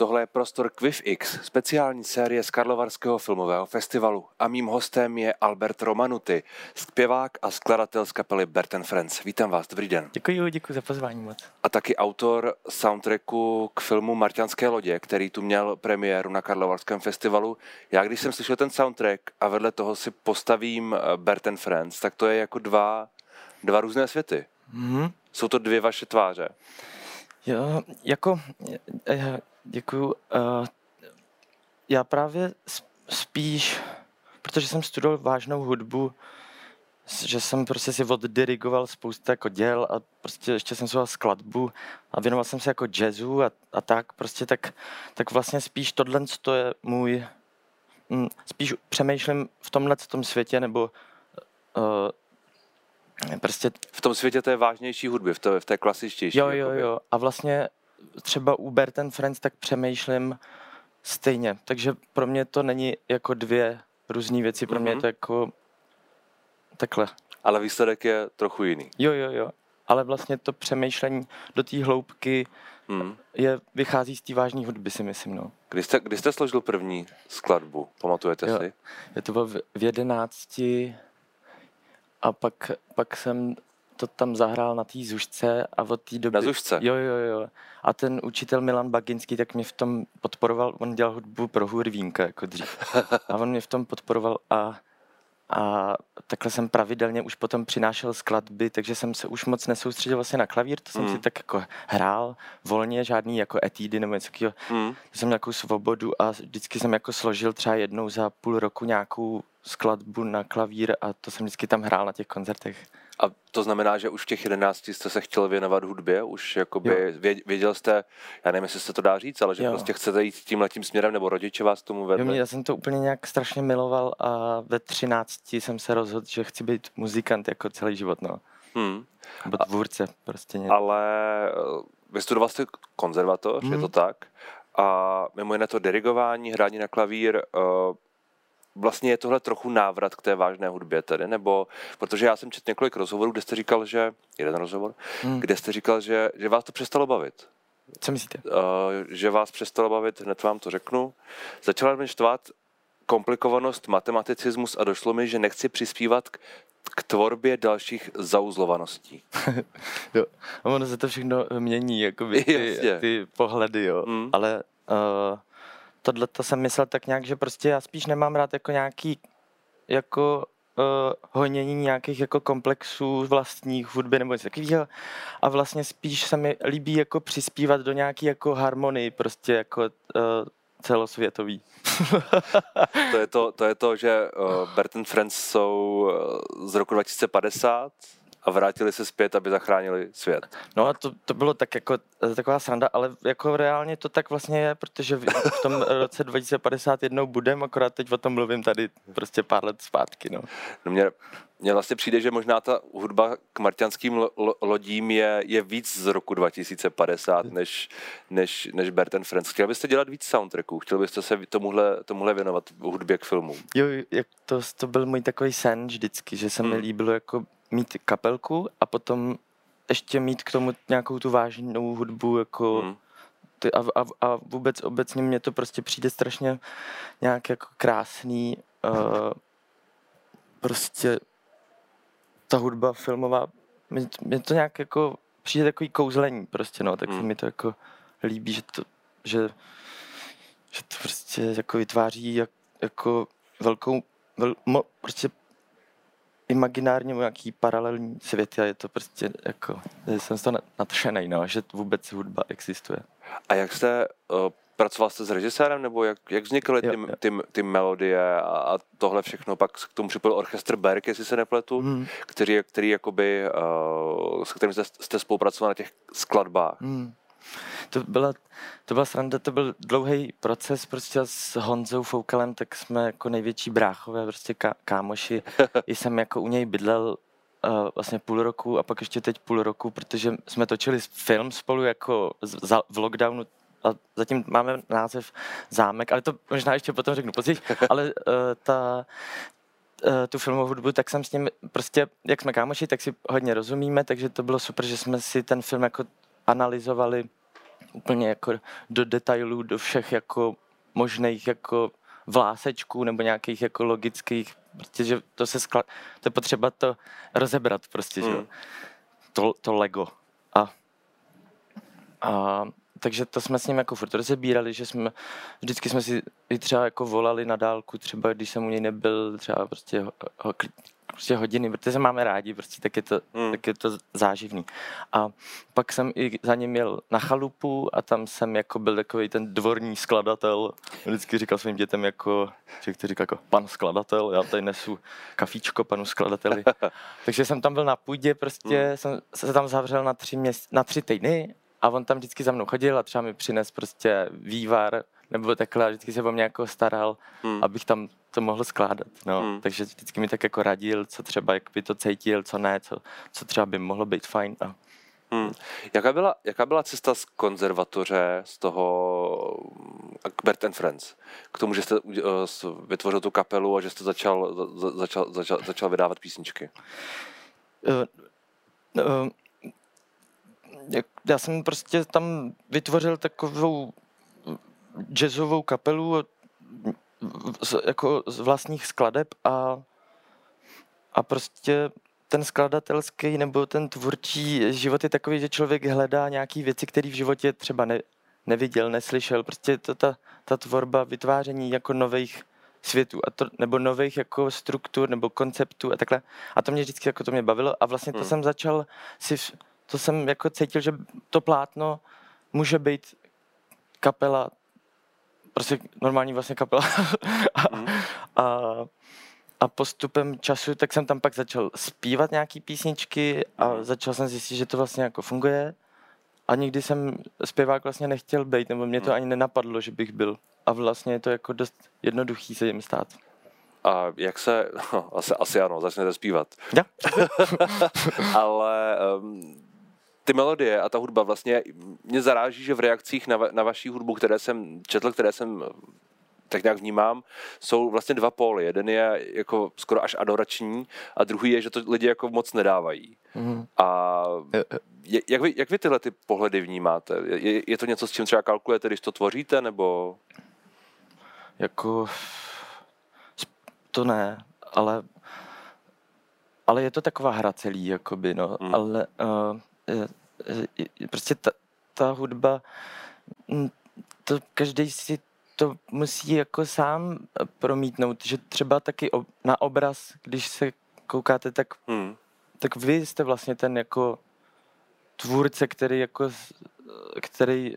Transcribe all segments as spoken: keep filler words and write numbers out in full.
Tohle je prostor QuiffX, speciální série z Karlovarského filmového festivalu. A mým hostem je Albert Romanuty, zpěvák a skladatel z kapely Bert and Friends. Vítám vás, dobrý den. Děkuji, děkuji za pozvání moc. A taky autor soundtracku k filmu Marťanské lodě, který tu měl premiéru na Karlovarském festivalu. Já když jsem slyšel ten soundtrack a vedle toho si postavím Bert and Friends, tak to je jako dva, dva různé světy. Mm-hmm. Jsou to dvě vaše tváře. Jo, jako, děkuju. Uh, já právě spíš, protože jsem studoval vážnou hudbu, že jsem prostě si oddirigoval spoustu jako děl a prostě ještě jsem studoval skladbu a věnoval jsem se jako jazzu a, a tak, prostě tak, tak vlastně spíš tohle to je můj, hm, spíš přemýšlím v tomhle tom světě, nebo uh, prostě... V tom světě té vážnější hudby, v té, v té klasičtější. Jo, jo, jo. A vlastně třeba u Bert and Friends tak přemýšlím stejně. Takže pro mě to není jako dvě různé věci, pro mm-hmm. mě je to jako takhle. Ale výsledek je trochu jiný. Jo, jo, jo. Ale vlastně to přemýšlení do té hloubky mm. je, vychází z té vážné hudby, si myslím, no. Kdy jste, kdy jste složil první skladbu? Pamatujete jo. si? Je to bylo v, v jedenácti a pak, pak jsem to tam zahrál na té zušce a od té doby... Na zušce? Jo, jo, jo. A ten učitel Milan Baginský, tak mě v tom podporoval, on dělal hudbu pro Hurvínka, jako dřív. A on mě v tom podporoval a, a takhle jsem pravidelně už potom přinášel skladby, takže jsem se už moc nesoustředil vlastně na klavír, to jsem mm. si tak jako hrál volně, žádný jako etídy nebo něco takového. Mm. Jsem nějakou svobodu a vždycky jsem jako složil třeba jednou za půl roku nějakou skladbu na klavír a to jsem vždycky tam hrál na těch koncertech. A to znamená, že už v těch jedenácti jste se chtěl věnovat hudbě? Už jakoby věděl jste, já nevím, jestli se to dá říct, ale že jo. prostě chcete jít tímhletím směrem, nebo rodiče vás k tomu vedli? Jo, mě, já jsem to úplně nějak strašně miloval a ve třinácti jsem se rozhodl, že chci být muzikant jako celý život, no. Hmm. Nebo tvůrce prostě. Nějak. Ale vystudoval jste konzervatoř, hmm. je to tak? A mimo jiné to dirigování, hraní na klavír, uh, vlastně je tohle trochu návrat k té vážné hudbě tedy, nebo, protože já jsem četl několik rozhovorů, kde jste říkal, že, jeden rozhovor, hmm. kde jste říkal, že, že vás to přestalo bavit. Co myslíte? Uh, že vás přestalo bavit, hned vám to řeknu. Začala mě štvát komplikovanost, matematicismus a došlo mi, že nechci přispívat k, k tvorbě dalších zauzlovaností. Jo, a ono se to všechno mění, jakoby ty, ty pohledy, jo, hmm. ale... Uh, tohle to jsem myslel tak nějak, že prostě já spíš nemám rád jako nějaký jako uh, honění nějakých jako komplexů vlastních hudby nebo něco takového a vlastně spíš se mi líbí jako přispívat do nějaký jako harmonii prostě jako uh, celosvětový. to, je to, to je to, že uh, Bert and Friends jsou uh, z roku dva tisíce padesát a vrátili se zpět, aby zachránili svět. No a to, to bylo tak jako taková sranda, ale jako reálně to tak vlastně je, protože v tom roce dva tisíce padesát jednou budem, akorát teď o tom mluvím tady prostě pár let zpátky, no. no mně, mně vlastně přijde, že možná ta hudba k marťanským lo, lo, lodím je, je víc z roku dva tisíce padesát než, než, než Bert and Friends. Chtěl byste dělat víc soundtracků? Chtěl byste se tomuhle, tomuhle věnovat hudbě k filmu? Jo, jak to, to byl můj takový sen vždycky, že se hmm. mi líbilo jako mít kapelku a potom ještě mít k tomu nějakou tu vážnou hudbu jako hmm. ty, a, a, a vůbec obecně mně to prostě přijde strašně nějak jako krásný uh, prostě ta hudba filmová mě, mě to nějak jako přijde takový kouzlení prostě, no, tak hmm. se mi to jako líbí, že to, že, že to prostě jako vytváří jak, jako velkou vel, mo, prostě imaginárně nějaký paralelní svět a je to prostě jako, jsem z toho nadšenej, no, že vůbec hudba existuje. A jak jste, uh, pracoval jste s režisérem, nebo jak, jak vznikaly ty, ty, ty melodie a, a tohle všechno, pak k tomu připojil orchestr Berg, jestli se nepletu, hmm. který, který jakoby, uh, s kterým jste, jste spolupracoval na těch skladbách. Hmm. To byla, to byla sranda, to byl dlouhý proces prostě s Honzou Foukalem, tak jsme jako největší bráchové, prostě ká, kámoši. I jsem jako u něj bydlel uh, vlastně půl roku a pak ještě teď půl roku, protože jsme točili film spolu jako z, za, v lockdownu a zatím máme název Zámek, ale to možná ještě potom řeknu později, ale uh, ta tu filmovou hudbu, tak jsem s ním prostě, jak jsme kámoši, tak si hodně rozumíme, takže to bylo super, že jsme si ten film jako analyzovali úplně jako do detailů, do všech jako možných jako vlásečků nebo nějakých jako logických, protože to se skla... to je potřeba to rozebrat prostě, mm. že jo. To, to Lego. A, a takže to jsme s ním jako furt rozebírali, že jsme, vždycky jsme si i třeba jako volali na dálku, třeba když jsem u něj nebyl, třeba prostě, ho, ho, prostě hodiny, protože se máme rádi, prostě tak je to, mm. tak je to záživný. A pak jsem i za ním jel na chalupu a tam jsem jako byl takový ten dvorní skladatel. Vždycky říkal svým dětem jako, že ty říkal jako pan skladatel, já tady nesu kafíčko panu skladateli. Takže jsem tam byl na půdě, prostě mm. jsem se tam zavřel na tři, měs- na tři týdny. A on tam vždycky za mnou chodil a třeba mi přines prostě vývar, nebo takhle, a vždycky se o mě jako staral, hmm. abych tam to mohl skládat, no. Hmm. Takže vždycky mi tak jako radil, co třeba, jak by to cítil, co ne, co, co třeba by mohlo být fajn. A... Hmm. Jaká byla, jaká byla cesta z konzervatoře, z toho k Bert and Friends, k tomu, že jste uh, vytvořil tu kapelu a že jste začal, za, začal, začal, začal vydávat písničky? Uh, uh, Já jsem prostě tam vytvořil takovou jazzovou kapelu z, jako z vlastních skladeb a, a prostě ten skladatelský nebo ten tvůrčí život je takový, že člověk hledá nějaký věci, které v životě třeba ne, neviděl, neslyšel. Prostě to ta, ta tvorba, vytváření jako nových světů a to, nebo nových jako struktur nebo konceptů a takhle. A to mě vždycky jako to mě bavilo a vlastně to hmm. jsem začal si... To jsem jako cítil, že to plátno může být kapela, prostě normální vlastně kapela. a, mm. a, a postupem času, tak jsem tam pak začal zpívat nějaký písničky a začal jsem zjistit, že to vlastně jako funguje. A nikdy jsem zpěvák vlastně nechtěl být, nebo mě to mm. ani nenapadlo, že bych byl. A vlastně je to jako dost jednoduchý se jim stát. A jak se, no, asi, asi ano, začnete zpívat. Ja. Ale... Um, ty melodie a ta hudba vlastně mě zaráží, že v reakcích na, va, na vaší hudbu, které jsem četl, které jsem tak nějak vnímám, jsou vlastně dva póly. Jeden je jako skoro až adorační a druhý je, že to lidi jako moc nedávají. Mm. A je, jak, vy, jak vy tyhle ty pohledy vnímáte? Je, je to něco, s čím třeba kalkulujete, když to tvoříte, nebo? Jako to ne, ale ale je to taková hra celý, jakoby, no, mm. ale uh, prostě ta, ta hudba, to každý si to musí jako sám promítnout, že třeba taky ob, na obraz, když se koukáte, tak, hmm. tak vy jste vlastně ten jako tvůrce, který jako, který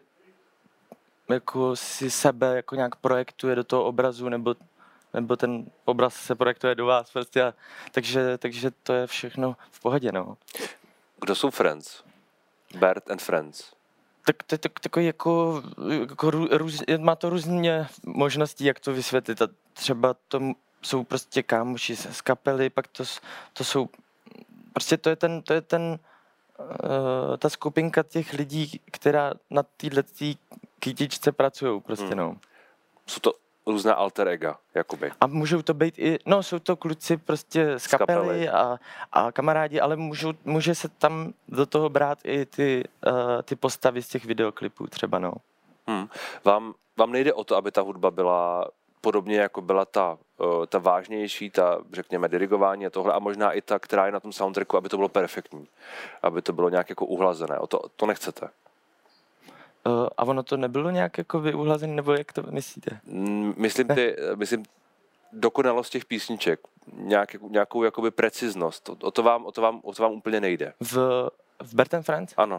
jako si sebe jako nějak projektuje do toho obrazu, nebo, nebo ten obraz se projektuje do vás prostě a, takže, takže to je všechno v pohodě, no. Kdo jsou Friends? Bert and Friends. Tak to je tak, takový jako, jako růz, má to různě možností, jak to vysvětlit. A třeba to jsou prostě kámoši z kapely, pak to, to jsou, prostě to je ten, to je ten, uh, ta skupinka těch lidí, která na této kytičce pracují prostě, hmm. no. Jsou to různá alter ega, jakoby. A můžou to být i, no jsou to kluci prostě z kapely, z kapely. A, a kamarádi, ale můžou, může se tam do toho brát i ty, uh, ty postavy z těch videoklipů třeba, no. Hmm. Vám, vám nejde o to, aby ta hudba byla podobně, jako byla ta, uh, ta vážnější, ta, řekněme, dirigování a tohle, a možná i ta, která je na tom soundtracku, aby to bylo perfektní, aby to bylo nějak jako uhlazené. O to, to nechcete. Uh, a ono to nebylo nějak jako vyuhlazené, nebo jak to myslíte? Myslím, ty, myslím dokonalost těch písniček, nějak, nějakou jakoby preciznost. O, o, to vám, o, to vám, o to vám úplně nejde. V, v Bert and Friends? Ano.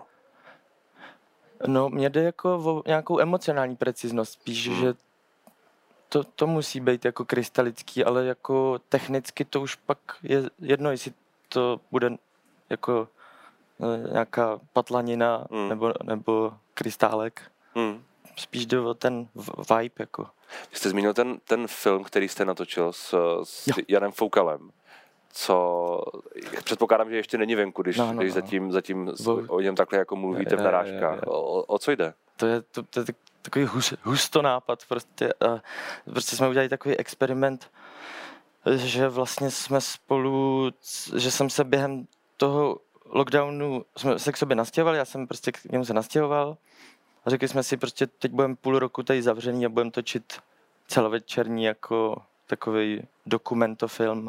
No, mně jde jako o nějakou emocionální preciznost, spíš, hmm. že to, to musí být jako krystalický, ale jako technicky to už pak je jedno, jestli to bude jako nějaká patlanina hmm. nebo, nebo krystálek. Hmm. Spíš jde o ten vibe, jako. Vy jste zmínil ten, ten film, který jste natočil s, s Janem Foukalem. Co, předpokládám, že ještě není venku, když, no, no, když zatím, zatím Bo... o něm takhle jako mluvíte je, v narážkách. Je, je, je. O, o co jde? To je, to, to je takový hus, husto nápad. Prostě, a prostě jsme udělali takový experiment, že vlastně jsme spolu, že jsem se během toho lockdownu jsme se k sobě nastěhovali, já jsem prostě k němu se nastěhoval A řekli jsme si prostě, teď budeme půl roku tady zavřený a budeme točit celovečerní jako takový dokumentofilm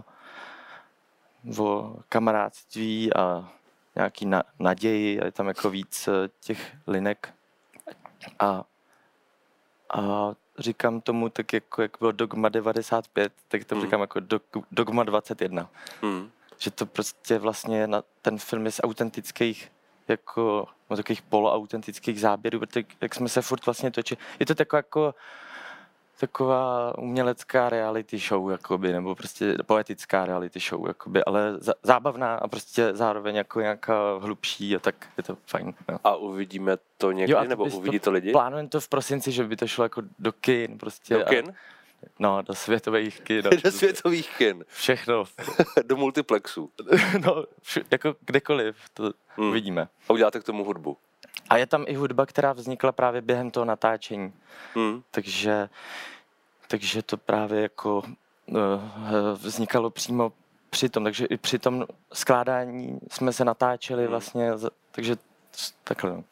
o kamarádství a nějaký na, naději a je tam jako víc těch linek. A, a říkám tomu tak jako, jak bylo Dogma devadesát pět, tak to hmm. říkám jako do, Dogma dvacet jedna. Hmm. Že to prostě vlastně na ten film je z autentických jako no, takových poloautentických záběrů, protože jak jsme se furt vlastně točili. Je to taková jako taková umělecká reality show, jakoby, nebo prostě poetická reality show, jakoby, ale zábavná a prostě zároveň jako nějaká hlubší a tak je to fajn. No. A uvidíme to někdy, jo, nebo uvidí to lidi? Plánujeme to v prosinci, že by to šlo jako do kin. Prostě do kin? A, no, do světových kin. Do, do světových kin. Všechno. Do multiplexů. No, vš- jako kdekoliv, to hmm. uvidíme. A uděláte k tomu hudbu? A je tam i hudba, která vznikla právě během toho natáčení. Hmm. Takže, takže to právě jako uh, vznikalo přímo při tom. Takže i při tom skládání jsme se natáčeli hmm. vlastně, takže takhle. Uh,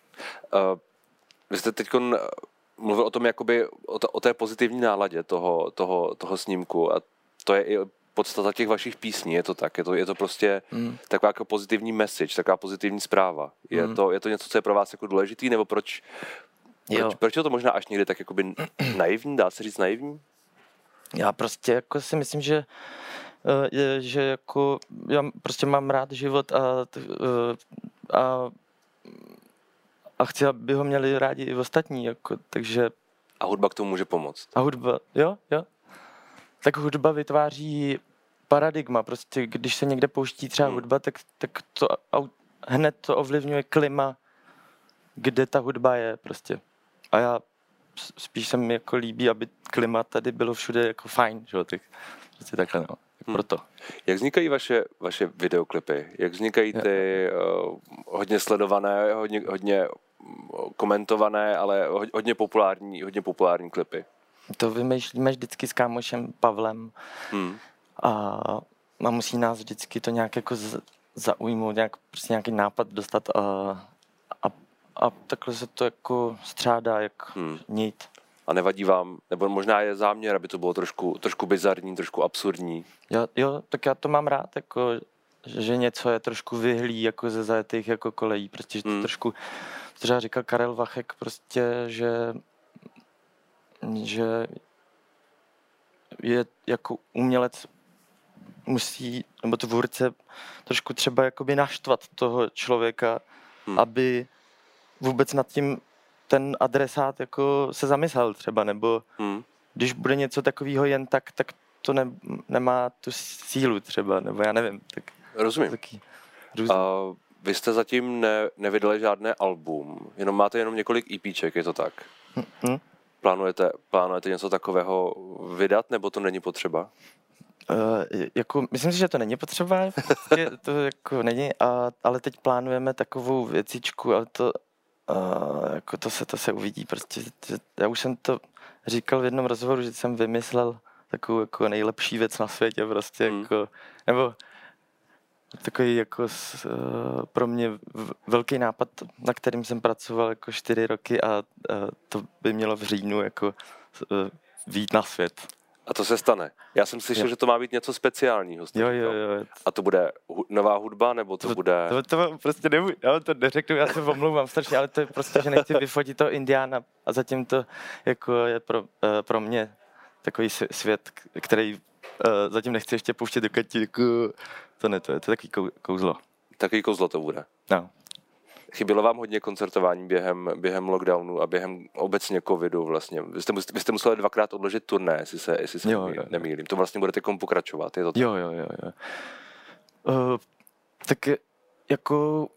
vy jste teď mluvil o tom, jakoby o, to, o té pozitivní náladě toho, toho, toho snímku a to je i podstata těch vašich písní, je to tak, je to, je to prostě mm. taková jako pozitivní message, taková pozitivní zpráva. Je, mm. to, je to něco, co je pro vás jako důležitý, nebo proč, proč, proč je to možná až někdy tak jakoby naivní, dá se říct naivní? Já prostě jako si myslím, že je, že jako já prostě mám rád život a, a, a chci, aby ho měli rádi i ostatní, jako, takže... A hudba k tomu může pomoct. A hudba, jo, jo. Tak hudba vytváří paradigma, prostě když se někde pouští třeba hmm. hudba, tak, tak to hned to ovlivňuje klima, kde ta hudba je prostě. A já spíš se mi jako líbí, aby klima tady bylo všude jako fajn, že jo, tak prostě takhle, no, tak hmm. proto. Jak vznikají vaše, vaše videoklipy? Jak vznikají ty uh, hodně sledované, hodně, hodně komentované, ale hodně populární, hodně populární klipy? To vymýšlíme vždycky s kámošem Pavlem hmm. a, a musí nás vždycky to nějak jako z, zaujmout, nějak, prostě nějaký nápad dostat a, a, a takhle se to jako střádá jak hmm. nit. A nevadí vám, nebo možná je záměr, aby to bylo trošku, trošku bizarní, trošku absurdní? Jo, jo, tak já to mám rád, jako, že něco je trošku vyhlí jako ze zajetých jako kolejí, prostě že to hmm. trošku, třeba říkal Karel Vachek prostě, že že je jako umělec musí, nebo tvůrce trošku třeba jakoby naštvat toho člověka, hmm. aby vůbec nad tím ten adresát jako se zamyslel třeba, nebo hmm. když bude něco takového jen tak, tak to ne, nemá tu sílu třeba, nebo já nevím. Tak, rozumím. Taky uh, vy jste zatím ne, nevydali žádné album, jenom máte jenom několik EPček, je to tak? Hmm. Plánujete, plánujete něco takového vydat, nebo to není potřeba? Uh, jako, myslím si, že to není potřeba, prostě to jako není, a, ale teď plánujeme takovou věcičku, ale to, uh, jako to, se, to se uvidí. Prostě, já už jsem to říkal v jednom rozhovoru, že jsem vymyslel takovou jako nejlepší věc na světě, prostě hmm. jako, nebo takový jako s, uh, pro mě velký nápad, na kterým jsem pracoval jako čtyři roky a uh, to by mělo v říjnu jako uh, vyjít na svět. A to se stane. Já jsem slyšel, jo. že to má být něco speciálního. Jo, jo, jo. A to bude hu- nová hudba, nebo to, to bude... To, to, to prostě nemůžu, já to neřeknu, já se omlouvám strašně, ale to je prostě, že nechci vyfotit toho Indiána a zatím to jako je pro, uh, pro mě takový svět, který uh, zatím nechci ještě pouštět do katíku. To ne, to je, to je takový kou, kouzlo. Takový kouzlo to bude. No. Chybělo vám hodně koncertování během, během lockdownu a během obecně covidu vlastně. Vy jste, vy jste museli dvakrát odložit turné, jestli se, jestli se jo, nemýlím. To vlastně budete komu pokračovat, je to tak? Jo, jo, jo. jo. Uh, tak jako...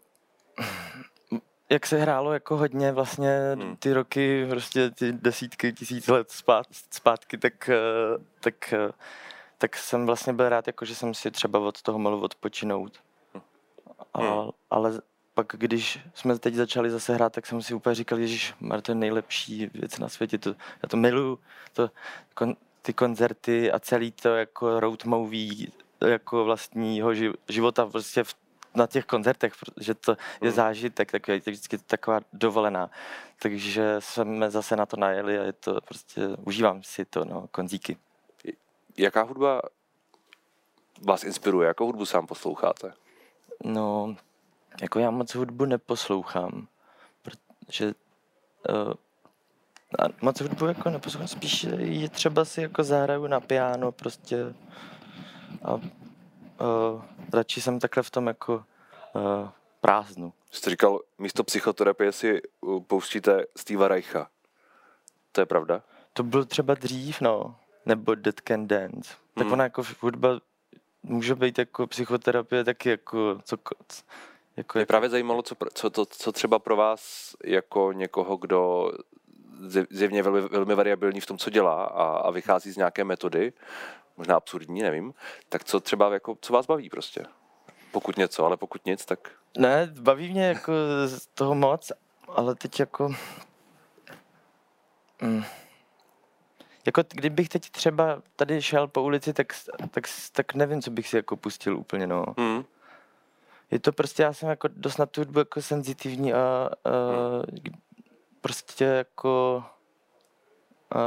Jak se hrálo jako hodně vlastně hmm. ty roky, prostě ty desítky tisíc let zpát, zpátky, tak, tak, tak jsem vlastně byl rád, jako, že jsem si třeba od toho mohl odpočinout. A, hmm. Ale pak, když jsme teď začali zase hrát, tak jsem si úplně říkal, ježiš, to je nejlepší věc na světě. To, já to miluju, to, kon, ty koncerty a celý to jako road movie jako vlastního života prostě v, na těch koncertech, že to je zážitek, takový, to vždycky taková dovolená. Takže jsme zase na to najeli a je to prostě, užívám si to, no, konzíky. Jaká hudba vás inspiruje? Jakou hudbu sám posloucháte? No, jako já moc hudbu neposlouchám, protože uh, moc hudbu jako neposlouchám, spíš je třeba si jako zahraju na piano prostě a uh, radši jsem takhle v tom jako uh, prázdnu. Jste říkal, místo psychoterapie si pouštíte Steva Reicha. To je pravda? To byl třeba dřív, no, nebo Dead Can Dance. Tak hmm. ona jako hudba může být jako psychoterapie taky jako co, jako Mě právě zajímalo, co, co, to, co třeba pro vás jako někoho, kdo zjevně velmi, velmi variabilní v tom, co dělá a, a vychází z nějaké metody, možná absurdní, nevím, tak co třeba, jako, co vás baví prostě? Pokud něco, ale pokud nic, tak... Ne, baví mě jako z toho moc, ale teď jako... Mm. Jako kdybych teď třeba tady šel po ulici, tak, tak, tak nevím, co bych si jako pustil úplně, no. Mm. Je to prostě, já jsem jako dost na tu hudbu jako senzitivní a, a mm. prostě jako a,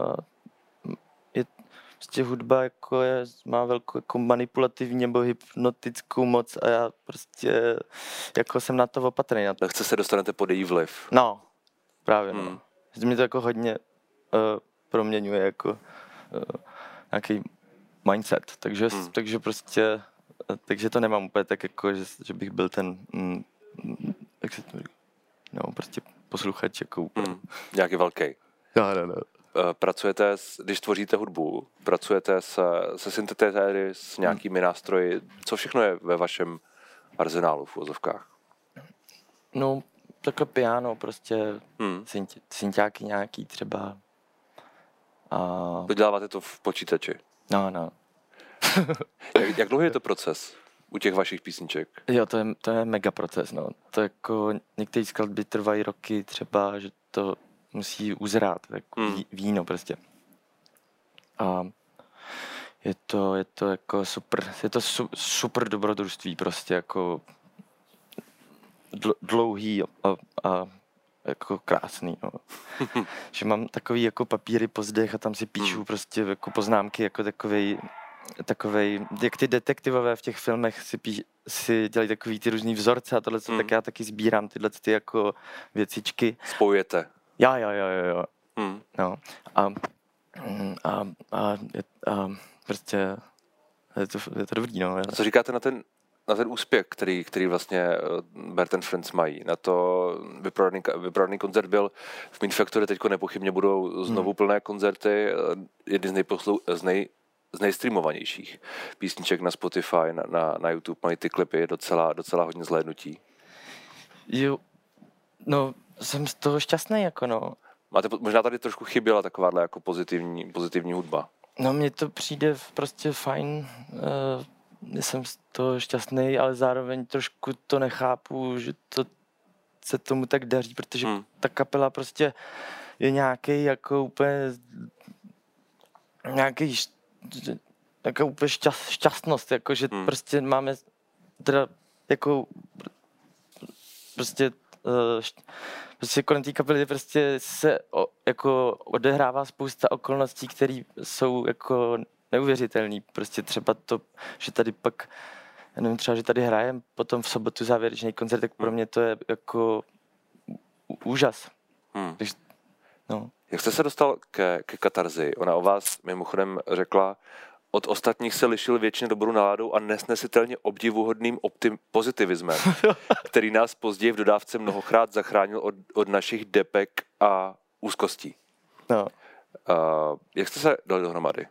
je prostě hudba jako je, má velkou jako manipulativní nebo hypnotickou moc a já prostě jako jsem na to opatrný. Na to. Lehce se dostanete pod její vliv. No, právě mm. no. Že mě to jako hodně uh, proměňuje jako uh, nějaký mindset, takže, mm. takže prostě takže to nemám úplně tak jako, že, že bych byl ten mm, jak se to no, prostě posluchač jako úplně. Mm. Nějaký velký. No, no, no. Pracujete, s, když tvoříte hudbu, pracujete se, se syntetizéry, s nějakými mm. nástroji, co všechno je ve vašem arzenálu v uvozovkách? No, takhle piano, prostě hmm. synťáky nějaký třeba. A... Doděláváte to v počítači? No, no. jak, jak dlouhý je to proces u těch vašich písniček? Jo, to je, to je mega proces, no. To jako některé skladby trvají roky třeba, že to musí uzrát, jako hmm. víno prostě. A je to, je to jako super, je to su, super dobrodružství prostě, jako dlouhý a, a jako krásný, no. Že mám takový jako papíry po zdech a tam si píšu hmm. prostě jako poznámky jako takovej, takovej, jak ty detektivové v těch filmech si, pí, si dělají takový ty různý vzorce a tohle, hmm. tak já taky sbírám tyhle ty jako věcičky. Spojujete. Jo, jo, jo, jo, jo. Hmm. No. A, a, a, a prostě je to, je to dobrý, no. A co říkáte na ten na ten úspěch, který, který vlastně Bert and Friends mají. Na to vyprodaný, vyprodaný koncert byl v Meat Factory, teďko nepochybně budou znovu hmm. plné koncerty, jedny z, nejposlu, z, nej, z nejstreamovanějších písniček na Spotify, na, na, na YouTube, mají ty klipy docela, docela hodně zhlédnutí. Jo, no, jsem z toho šťastný, jako no. Máte, možná tady trošku chyběla takováhle jako pozitivní, pozitivní hudba. No, mně to přijde prostě fajn, uh, jsem z toho šťastný, ale zároveň trošku to nechápu, že to se tomu tak daří, protože hmm. ta kapela prostě je nějaký jako úplně nějaký jako úplně šťast, šťastnost, jako že hmm. prostě máme teda jako prostě uh, prostě kolem té kapely prostě se o, jako odehrává spousta okolností, které jsou jako neuvěřitelný. Prostě třeba to, že tady pak, já nevím, třeba, že tady hrajem potom v sobotu závěrečný koncert, tak pro mě to je jako úžas. Hmm. Když, no. Jak jste se dostal ke, ke katarzi? Ona o vás mimochodem řekla, od ostatních se lišil většině dobrou náládou a nesnesitelně obdivuhodným optim- pozitivismem, který nás později v dodávce mnohokrát zachránil od, od našich depek a úzkostí. No. Uh, jak jste se dali dohromady?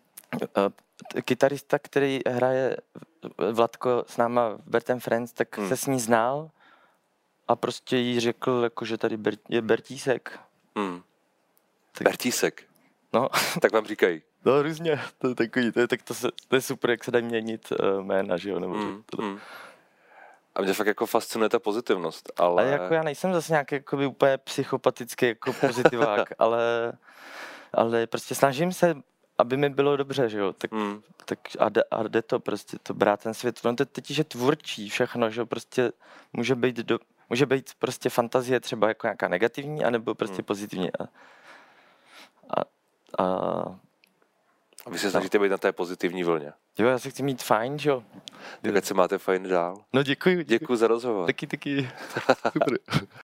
Uh, kytarista, který hraje Vladko s náma v Bert and Friends, tak hmm. se s ní znal a prostě jí řekl, jako, že tady Ber- je Bertísek. Hmm. Tak... Bertísek? No. Tak vám říkají. No různě, to je takový, to je, tak to, se, to je super, jak se dají měnit uh, jména, že jo, nebo hmm. hmm. A mě fakt jako fascinuje ta pozitivnost, ale... Ale jako já nejsem zase nějaký jakoby úplně psychopatický jako pozitivák, ale, ale prostě snažím se aby mi bylo dobře, že jo, tak, mm. tak a, jde, a jde to prostě, to brát ten svět, no to teď je tvůrčí všechno, že jo, prostě může být, do, může být prostě fantazie třeba jako nějaká negativní, anebo prostě mm. pozitivní a, a, a A vy se snažíte být na té pozitivní vlně. Jo, já se chci mít fajn, že jo. Tak ať se máte fajn dál. No děkuji. Děkuji za rozhovor. Taky, taky. Super.